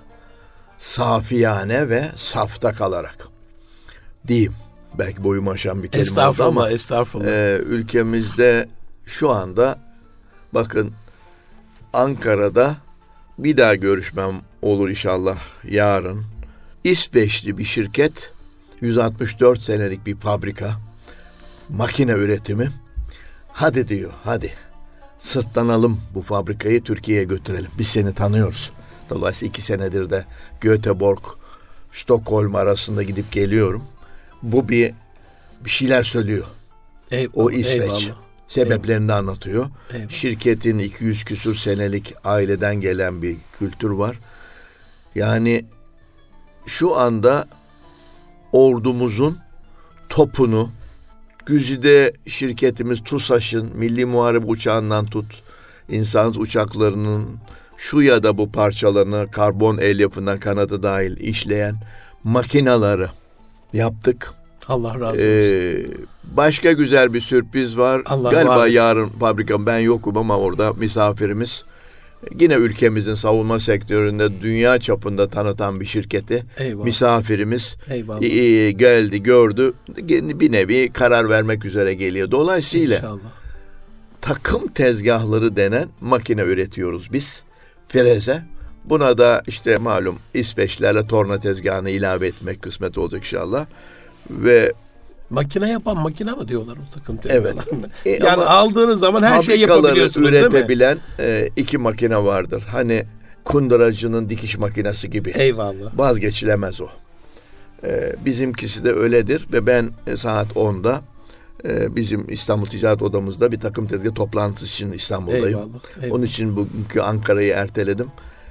Safiyane ve safta kalarak diyeyim. Belki boyumu aşan bir kelime oldu ama estağfurullah. Ülkemizde şu anda bakın Ankara'da bir daha görüşmem olur inşallah yarın. İsveçli bir şirket 164 senelik bir fabrika makine üretimi. Hadi diyor, hadi sırtlanalım bu fabrikayı Türkiye'ye götürelim. Biz seni tanıyoruz. Dolayısıyla 2 senedir de Göteborg, Stockholm arasında gidip geliyorum. Bu bir şeyler söylüyor. Eyvallah, O İsveç. eyvallah. Sebeplerini anlatıyor. Eyvallah. Şirketin 200 küsur senelik aileden gelen bir kültür var. Yani şu anda ordumuzun topunu Güzide şirketimiz TUSAŞ'ın milli muharebe uçağından tut, insansız uçaklarının şu ya da bu parçalarını karbon elyafından kanadı dahil işleyen makinaları yaptık. Allah razı olsun. Başka güzel bir sürpriz var. Allah Galiba var. yarın fabrikam, ben yokum ama orada misafirimiz. Yine ülkemizin savunma sektöründe dünya çapında tanıtan bir şirketi. Eyvallah. Misafirimiz Eyvallah. geldi, gördü. Bir nevi karar vermek üzere geliyor. Dolayısıyla İnşallah. takım tezgahları denen makine üretiyoruz biz. Freze. Buna da işte malum İsveçlerle torna tezgahını ilave etmek kısmet olacak inşallah. Ve Makine yapan makine mi diyorlar o takım evet. Yani Ama aldığınız zaman her şeyi yapabiliyorsunuz değil mi? üretebilen 2 makine vardır. Hani kunduracının dikiş makinesi gibi. Eyvallah. Vazgeçilemez o. Bizimkisi de öyledir ve ben saat 10'da bizim İstanbul Ticaret Odamızda bir takım tezgah toplantısı için İstanbul'dayım. Eyvallah, eyvallah. Onun için bugünkü Ankara'yı erteledim.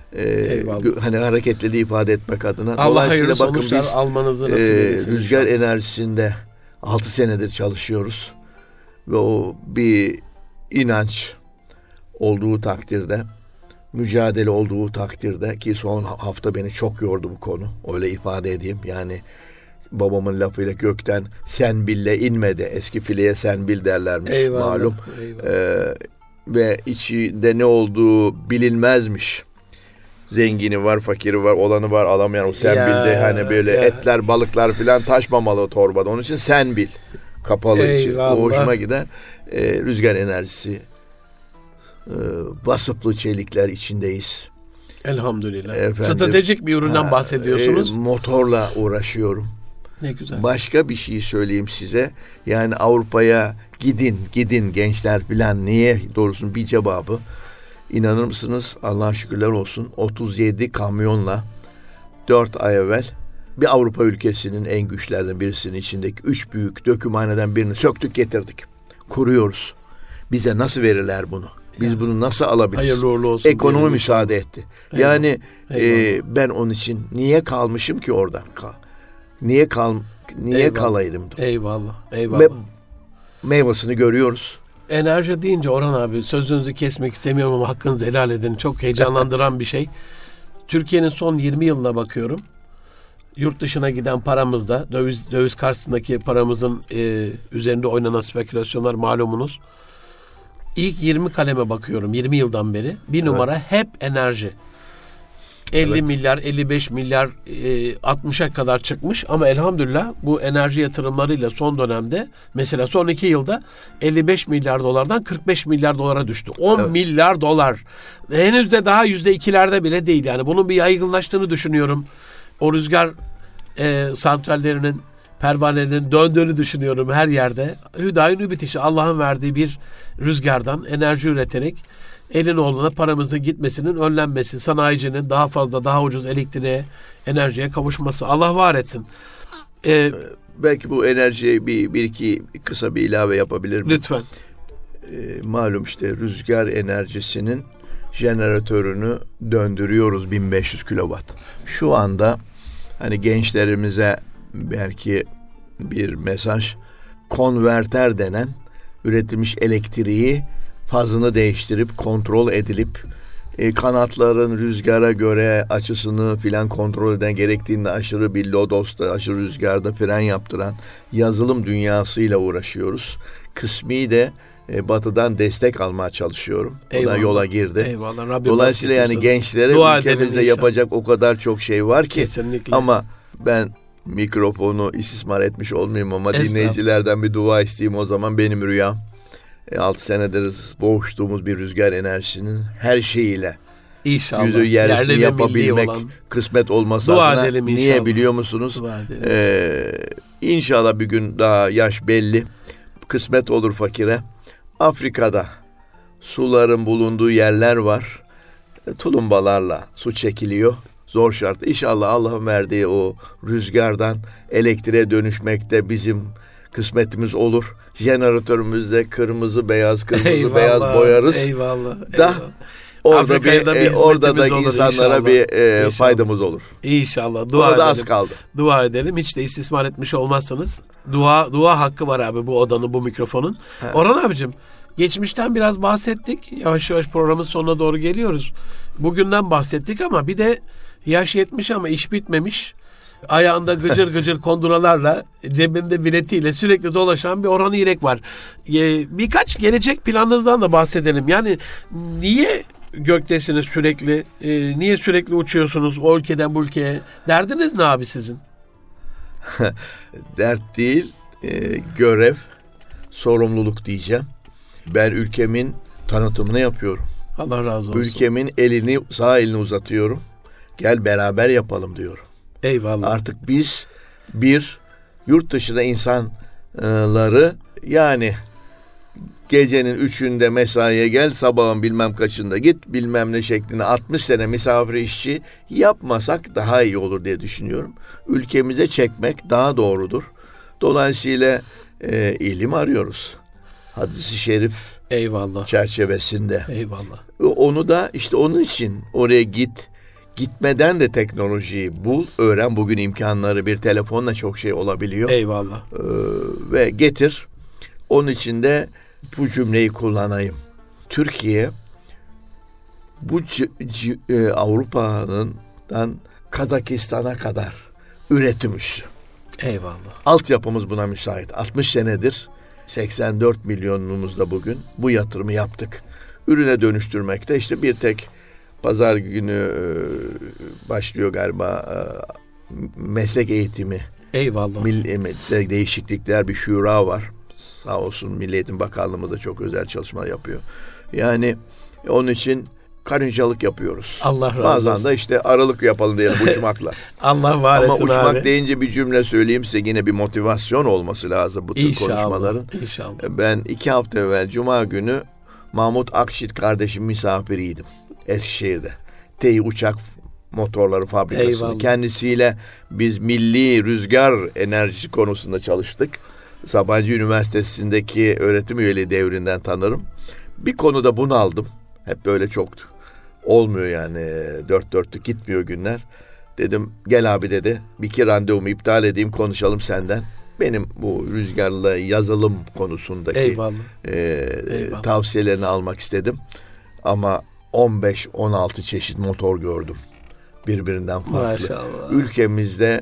Hani hareketliliği ifade etmek adına. Allah hayırlı bakın sonuçlar biz almanızı nasip eylesin. rüzgar inşallah. enerjisinde 6 senedir çalışıyoruz. Ve o bir inanç olduğu takdirde, mücadele olduğu takdirde, ki son hafta beni çok yordu bu konu. Öyle ifade edeyim. Yani babamın lafıyla gökten sen bille inmedi. Eski fileye sen bil derlermiş. Eyvallah, malum. eyvallah. Ve içinde ne olduğu bilinmezmiş. Zengini var, fakiri var, olanı var, alamayan o sen bilde hani böyle etler, balıklar filan taşmamalı torbada. Onun için sen bil. Kapalı için. O hoşuma gider. Rüzgar enerjisi, vasıflı çelikler içindeyiz. Elhamdülillah. Efendim, stratejik bir üründen bahsediyorsunuz. Motorla uğraşıyorum. Ne güzel. Başka bir şey söyleyeyim size. Yani Avrupa'ya gidin gençler filan, niye doğrusu bir cevabı. İnanır mısınız? Allah'a şükürler olsun. 37 kamyonla 4 ay evvel bir Avrupa ülkesinin en güçlerden birisinin içindeki 3 büyük dökümhaneden birini söktük getirdik. Kuruyoruz. Bize nasıl verirler bunu? Biz bunu nasıl alabiliriz? Hayırlı uğurlu olsun. Ekonomi müsaade etti. Eyvallah. Yani Eyvallah. ben onun için niye kalmışım ki orada? Niye Eyvallah. kalaydım? Eyvallah. Eyvallah. Meyvasını görüyoruz. Enerji deyince Orhan abi, sözünüzü kesmek istemiyorum ama hakkınızı helal edin. Çok heyecanlandıran bir şey. Türkiye'nin son 20 yılına bakıyorum. Yurt dışına giden paramızda, döviz karşısındaki paramızın üzerinde oynanan spekülasyonlar malumunuz. İlk 20 kaleme bakıyorum 20 yıldan beri. Bir numara hep enerji. 50 Evet. milyar, 55 milyar, 60'a kadar çıkmış ama elhamdülillah bu enerji yatırımlarıyla son dönemde mesela son 2 yılda 55 milyar dolardan 45 milyar dolara düştü. 10 Evet. milyar dolar. Henüz de daha %2'lerde bile değil yani. Bunun bir yaygınlaştığını düşünüyorum. O rüzgar santrallerinin, pervanelerinin döndüğünü düşünüyorum her yerde. Hüdayi bitişi Allah'ın verdiği bir rüzgardan enerji üreterek elin oğluna paramızın gitmesinin önlenmesi, sanayicinin daha fazla, daha ucuz elektriğe, enerjiye kavuşması. Allah var etsin. Belki bu enerjiye bir iki kısa bir ilave yapabilir miyim? Lütfen. Malum işte rüzgar enerjisinin jeneratörünü döndürüyoruz 1500 kilowatt. Şu anda hani gençlerimize belki bir mesaj, konverter denen üretilmiş elektriği fazını değiştirip kontrol edilip kanatların rüzgara göre açısını filan kontrol eden, gerektiğinde aşırı bir lodosta, aşırı rüzgarda fren yaptıran yazılım dünyasıyla uğraşıyoruz. Kısmi de Batı'dan destek almaya çalışıyorum. O da yola girdi. Eyvallah. Rabbim Dolayısıyla yani gençlere ülkemizde yapacak o kadar çok şey var ki. Kesinlikle. Ama ben mikrofonu istismar etmiş olmayayım ama dinleyicilerden bir dua isteyeyim o zaman. Benim rüyam 6 senedir boğuştuğumuz bir rüzgar enerjisinin her şeyiyle İnşallah. yüzü yerisi Yerli ve yapabilmek milli olan. kısmet olması Dua adına. edelim Niye inşallah. biliyor musunuz? Dua edelim. İnşallah bir gün daha yaş belli. Kısmet olur fakire. Afrika'da suların bulunduğu yerler var. Tulumbalarla su çekiliyor. Zor şart. İnşallah Allah'ın verdiği o rüzgardan elektriğe dönüşmekte bizim kısmetimiz olur. Jeneratörümüzde kırmızı beyaz beyaz boyarız. Eyvallah. Da orada Afrika'da bir orada da hizmetimiz olur insanlara inşallah. bir İnşallah. faydamız olur. İnşallah. Dua Orada edelim. az kaldı. Dua edelim. Hiç de istismar etmiş olmazsanız. Dua hakkı var abi bu odanın, bu mikrofonun. He. Orhan abicim, geçmişten biraz bahsettik. Yavaş yavaş programın sonuna doğru geliyoruz. Bugünden bahsettik ama bir de yaş 70 ama iş bitmemiş. Ayağında gıcır gıcır konduralarla, cebinde biletiyle sürekli dolaşan bir Orhan İrek var. Birkaç gelecek planınızdan da bahsedelim. Yani niye göktesiniz sürekli? Niye sürekli uçuyorsunuz o ülkeden bu ülkeye? Derdiniz ne abi sizin? Dert değil, görev, sorumluluk diyeceğim. Ben ülkemin tanıtımını yapıyorum. Allah razı olsun. Ülkemin sağ elini uzatıyorum. Gel beraber yapalım diyorum. Eyvallah. Artık biz bir yurt dışına insanları yani gecenin 3'ünde mesaiye gel, sabahın bilmem kaçında git, bilmem ne şeklinde 60 sene misafir işçi yapmasak daha iyi olur diye düşünüyorum. Ülkemize çekmek daha doğrudur. Dolayısıyla ilim arıyoruz. Hadis-i şerif Eyvallah. çerçevesinde. Eyvallah. Onu da işte onun için oraya git. Gitmeden de teknolojiyi bul, öğren. Bugün imkanları bir telefonla çok şey olabiliyor. Eyvallah. Ve getir. Onun için de bu cümleyi kullanayım. Türkiye bu Avrupa'dan Kazakistan'a kadar üretim üssü. Eyvallah. Altyapımız buna müsait. 60 senedir 84 milyonumuzda bugün bu yatırımı yaptık. Ürüne dönüştürmekte işte bir tek pazar günü başlıyor galiba meslek eğitimi. Eyvallah. Değişiklikler bir şura var. Sağ olsun Milli Eğitim Bakanlığımız da çok özel çalışmalar yapıyor. Yani onun için karıncalık yapıyoruz. Allah razı Bazen olsun. de işte aralık yapalım diyelim uçmakla. Allah var Ama etsin uçmak abi. deyince bir cümle söyleyeyim size, yine bir motivasyon olması lazım bu tür İnşallah. konuşmaların. İnşallah. Ben 2 hafta evvel Cuma günü Mahmut Akşit kardeşim misafiriydim Eskişehir'de. Tİ uçak motorları fabrikasında. Eyvallah. Kendisiyle biz milli rüzgar enerjisi konusunda çalıştık. Sabancı Üniversitesi'ndeki öğretim üyeliği devrinden tanırım. Bir konuda bunu aldım. Hep böyle çok olmuyor yani, dört dörtlük gitmiyor günler. Dedim gel abi dedi. Bir iki randevumu iptal edeyim, konuşalım senden. Benim bu rüzgarla yazılım konusundaki Eyvallah. tavsiyelerini almak istedim. Ama 15-16 çeşit motor gördüm. Birbirinden farklı. Maşallah. Ülkemizde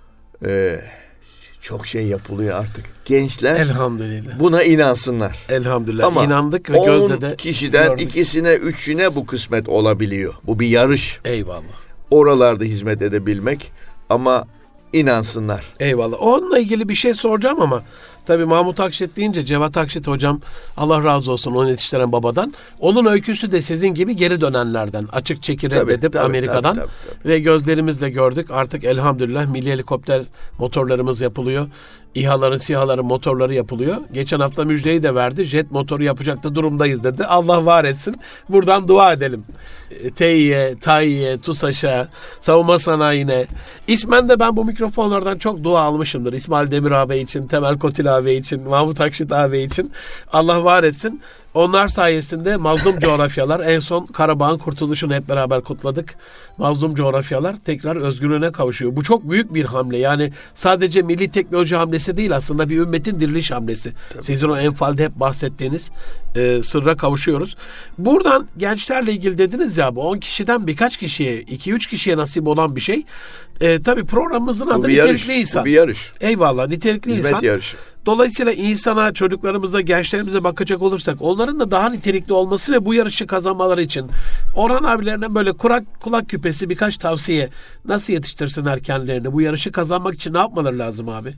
çok şey yapılıyor artık. Gençler Elhamdülillah. buna inansınlar. Elhamdülillah. Ama İnandık ve 10 gözle de kişiden gördük. ikisine, üçüne bu kısmet olabiliyor. Bu bir yarış. Eyvallah. oralarda hizmet edebilmek ama inansınlar. Eyvallah. Onunla ilgili bir şey soracağım ama tabii Mahmut Akşit deyince Cevat Akşit hocam, Allah razı olsun, onu yetiştiren babadan. Onun öyküsü de sizin gibi geri dönenlerden. Açık çeki reddedip Amerika'dan tabii. Ve gözlerimizle gördük. Artık elhamdülillah milli helikopter motorlarımız yapılıyor. İHA'ların, SİHA'ların motorları yapılıyor. Geçen hafta müjdeyi de verdi. Jet motoru yapacak da durumdayız dedi. Allah var etsin. Buradan dua edelim. Tİ'ye, TAİ'ye, TUSAŞ'a, savunma sanayine. İsmen de ben bu mikrofonlardan çok dua almışımdır. İsmail Demir abi için, Temel Kotil abi için, Mahmut Akşit abi için. Allah var etsin. Onlar sayesinde mazlum coğrafyalar, en son Karabağ'ın kurtuluşunu hep beraber kutladık. Mazlum coğrafyalar tekrar özgürlüğüne kavuşuyor. Bu çok büyük bir hamle. Yani sadece milli teknoloji hamlesi değil, aslında bir ümmetin diriliş hamlesi. Tabii. Sizin o enfalde hep bahsettiğiniz sırra kavuşuyoruz. Buradan gençlerle ilgili dediniz ya, bu 10 kişiden birkaç kişiye, 2-3 kişiye nasip olan bir şey. Tabii programımızın adı Nitelikli İnsan. Bu bir yarış. Eyvallah, Nitelikli Hizmet İnsan. yarışı. Dolayısıyla insana, çocuklarımıza, gençlerimize bakacak olursak onların da daha nitelikli olması ve bu yarışı kazanmaları için Orhan abilerine böyle kulak küpesi birkaç tavsiye, nasıl yetiştirsinler kendilerini? Bu yarışı kazanmak için ne yapmaları lazım abi?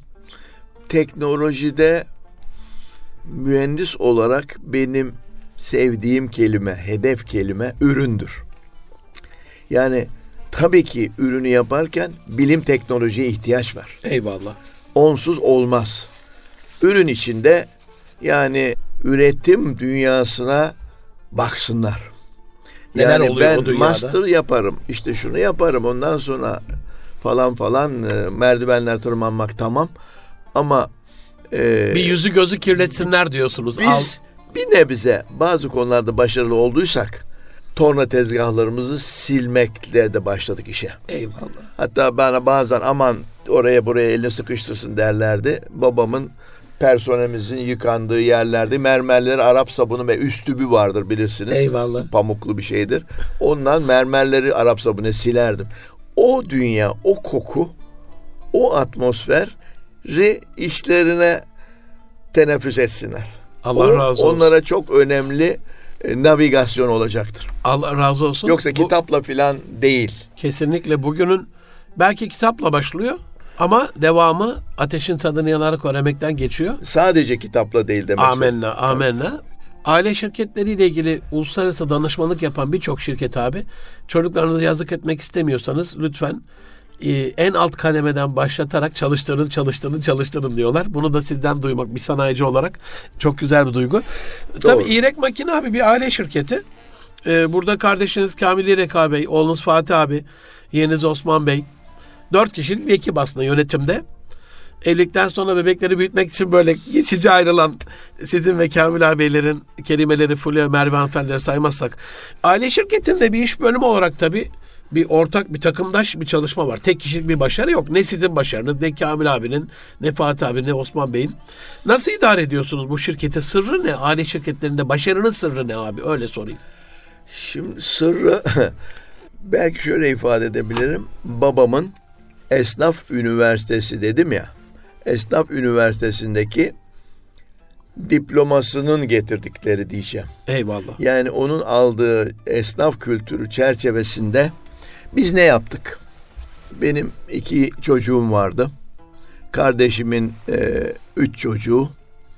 Teknolojide mühendis olarak benim sevdiğim kelime, hedef kelime üründür. Yani tabii ki ürünü yaparken bilim teknolojiye ihtiyaç var. Eyvallah. Onsuz olmaz. Ürün içinde yani üretim dünyasına baksınlar. Neler Yani oluyor ben o dünyada? master yaparım, işte şunu yaparım, ondan sonra falan merdivenler tırmanmak tamam ama bir yüzü gözü kirletsinler diyorsunuz. biz bir nebze bazı konularda başarılı olduysak torna tezgahlarımızı silmekle de başladık işe. Eyvallah. Hatta bana bazen aman oraya buraya elini sıkıştırsın derlerdi. Babamın personelimizin yıkandığı yerlerde mermerleri Arap sabunu ve üstübü vardır bilirsiniz. Eyvallah. Pamuklu bir şeydir. Ondan mermerleri Arap sabunu silerdim. O dünya, o koku, o atmosferi işlerine teneffüs etsinler. Allah razı olsun. Onlara çok önemli navigasyon olacaktır. Allah razı olsun. Yoksa kitapla filan değil. Kesinlikle bugünün belki kitapla başlıyor ama devamı ateşin tadını yanarak öğrenmekten geçiyor. Sadece kitapla değil demek. Amenna, amenna. Aile şirketleriyle ilgili uluslararası danışmanlık yapan birçok şirket abi, çocuklarınızı yazık etmek istemiyorsanız lütfen en alt kademeden başlatarak çalıştırın diyorlar. Bunu da sizden duymak bir sanayici olarak çok güzel bir duygu. Doğru. Tabii İrek Makine abi bir aile şirketi. Burada kardeşiniz Kamil İrek abi, oğlunuz Fatih abi, yeğeniniz Osman Bey. 4 kişilik bir ekip aslında yönetimde. Evlilikten sonra bebekleri büyütmek için böyle geçici ayrılan sizin ve Kamil ağabeylerin, Kerimeleri, Fulya, Merve hanımefendileri saymazsak, aile şirketinde bir iş bölümü olarak tabii bir ortak, bir takımdaş bir çalışma var. Tek kişilik bir başarı yok. Ne sizin başarınız, ne Kamil abinin, ne Fatih abinin, ne Osman Bey'in. Nasıl idare ediyorsunuz bu şirketi? Sırrı ne? Aile şirketlerinde başarının sırrı ne abi? Öyle sorayım. Şimdi sırrı belki şöyle ifade edebilirim. Babamın Esnaf Üniversitesi dedim ya. Esnaf Üniversitesi'ndeki diplomasının getirdikleri diyeceğim. Eyvallah. Yani onun aldığı esnaf kültürü çerçevesinde biz ne yaptık? Benim 2 çocuğum vardı. Kardeşimin 3 çocuğu.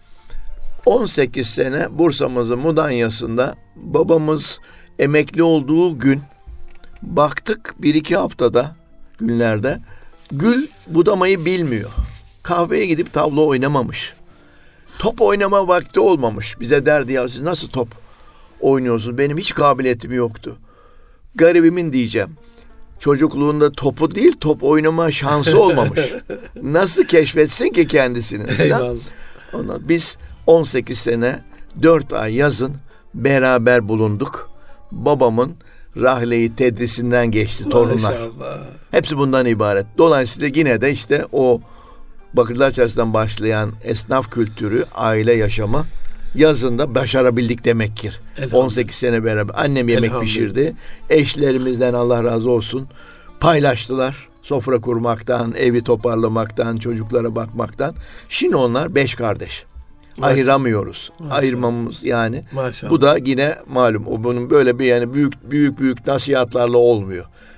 18 sene Bursa'mızın Mudanya'sında babamız emekli olduğu gün baktık 1-2 haftada günlerde gül budamayı bilmiyor. Kahveye gidip tavla oynamamış. Top oynama vakti olmamış. Bize derdi ya siz nasıl top oynuyorsunuz? Benim hiç kabiliyetim yoktu. Garibimin diyeceğim. Çocukluğunda topu değil top oynama şansı olmamış. Nasıl keşfetsin ki kendisini? Eyvallah. Ondan biz 18 sene 4 ay yazın beraber bulunduk. Babamın rahleyi tedrisinden geçti torunlar. Maşallah. Hepsi bundan ibaret. Dolayısıyla yine de işte o Bakırlar Çarşısı'ndan başlayan esnaf kültürü, aile yaşamı yazında başarabildik demektir. 18 sene beraber. Annem yemek pişirdi. Eşlerimizden Allah razı olsun paylaştılar. Sofra kurmaktan, evi toparlamaktan, çocuklara bakmaktan. Şimdi onlar 5 kardeş. Maşallah. Ayıramıyoruz. Maşallah. Ayırmamız yani. Maşallah. Bu da yine malum. O bunun böyle bir yani büyük nasihatlarla olmuyor.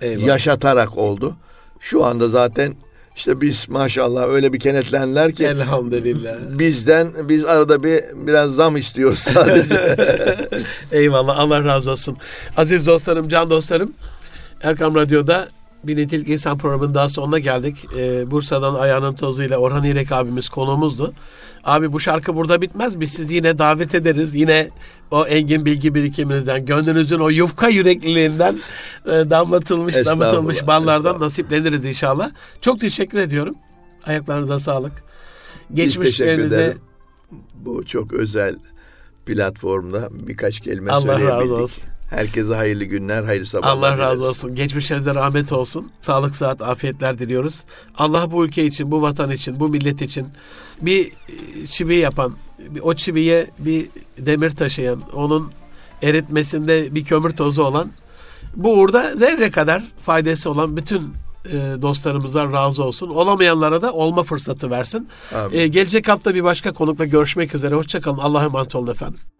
Eyvallah. yaşatarak oldu. Şu anda zaten işte biz maşallah öyle bir kenetlendiler ki Elhamdülillah. biz arada biraz zam istiyoruz sadece. Eyvallah, Allah razı olsun. Aziz dostlarım, can dostlarım, Erkam Radyo'da Bir Nitelik İnsan programının daha sonuna geldik. Bursa'dan ayağının tozuyla Orhan İrek abimiz konuğumuzdu. Abi bu şarkı burada bitmez. Biz sizi yine davet ederiz. Yine o engin bilgi birikiminizden, gönlünüzün o yufka yürekliliğinden damıtılmış ballardan estağfurullah. nasipleniriz inşallah. Çok teşekkür ediyorum. Ayaklarınıza sağlık. Biz teşekkür Geçmişlerinize ederim. Bu çok özel platformda birkaç kelime Allah söyleyebildik. razı olsun. Herkese hayırlı günler, hayırlı sabahlar. Allah razı dileriz. olsun. Geçmişlerinize rahmet olsun. Sağlık, sıhhat, afiyetler diliyoruz. Allah bu ülke için, bu vatan için, bu millet için bir çivi yapan, o çiviye bir demir taşıyan, onun eritmesinde bir kömür tozu olan, bu uğurda zerre kadar faydası olan bütün dostlarımızdan razı olsun. Olamayanlara da olma fırsatı versin. Amin. Gelecek hafta bir başka konukla görüşmek üzere. Hoşça kalın. Allah'a emanet olun efendim.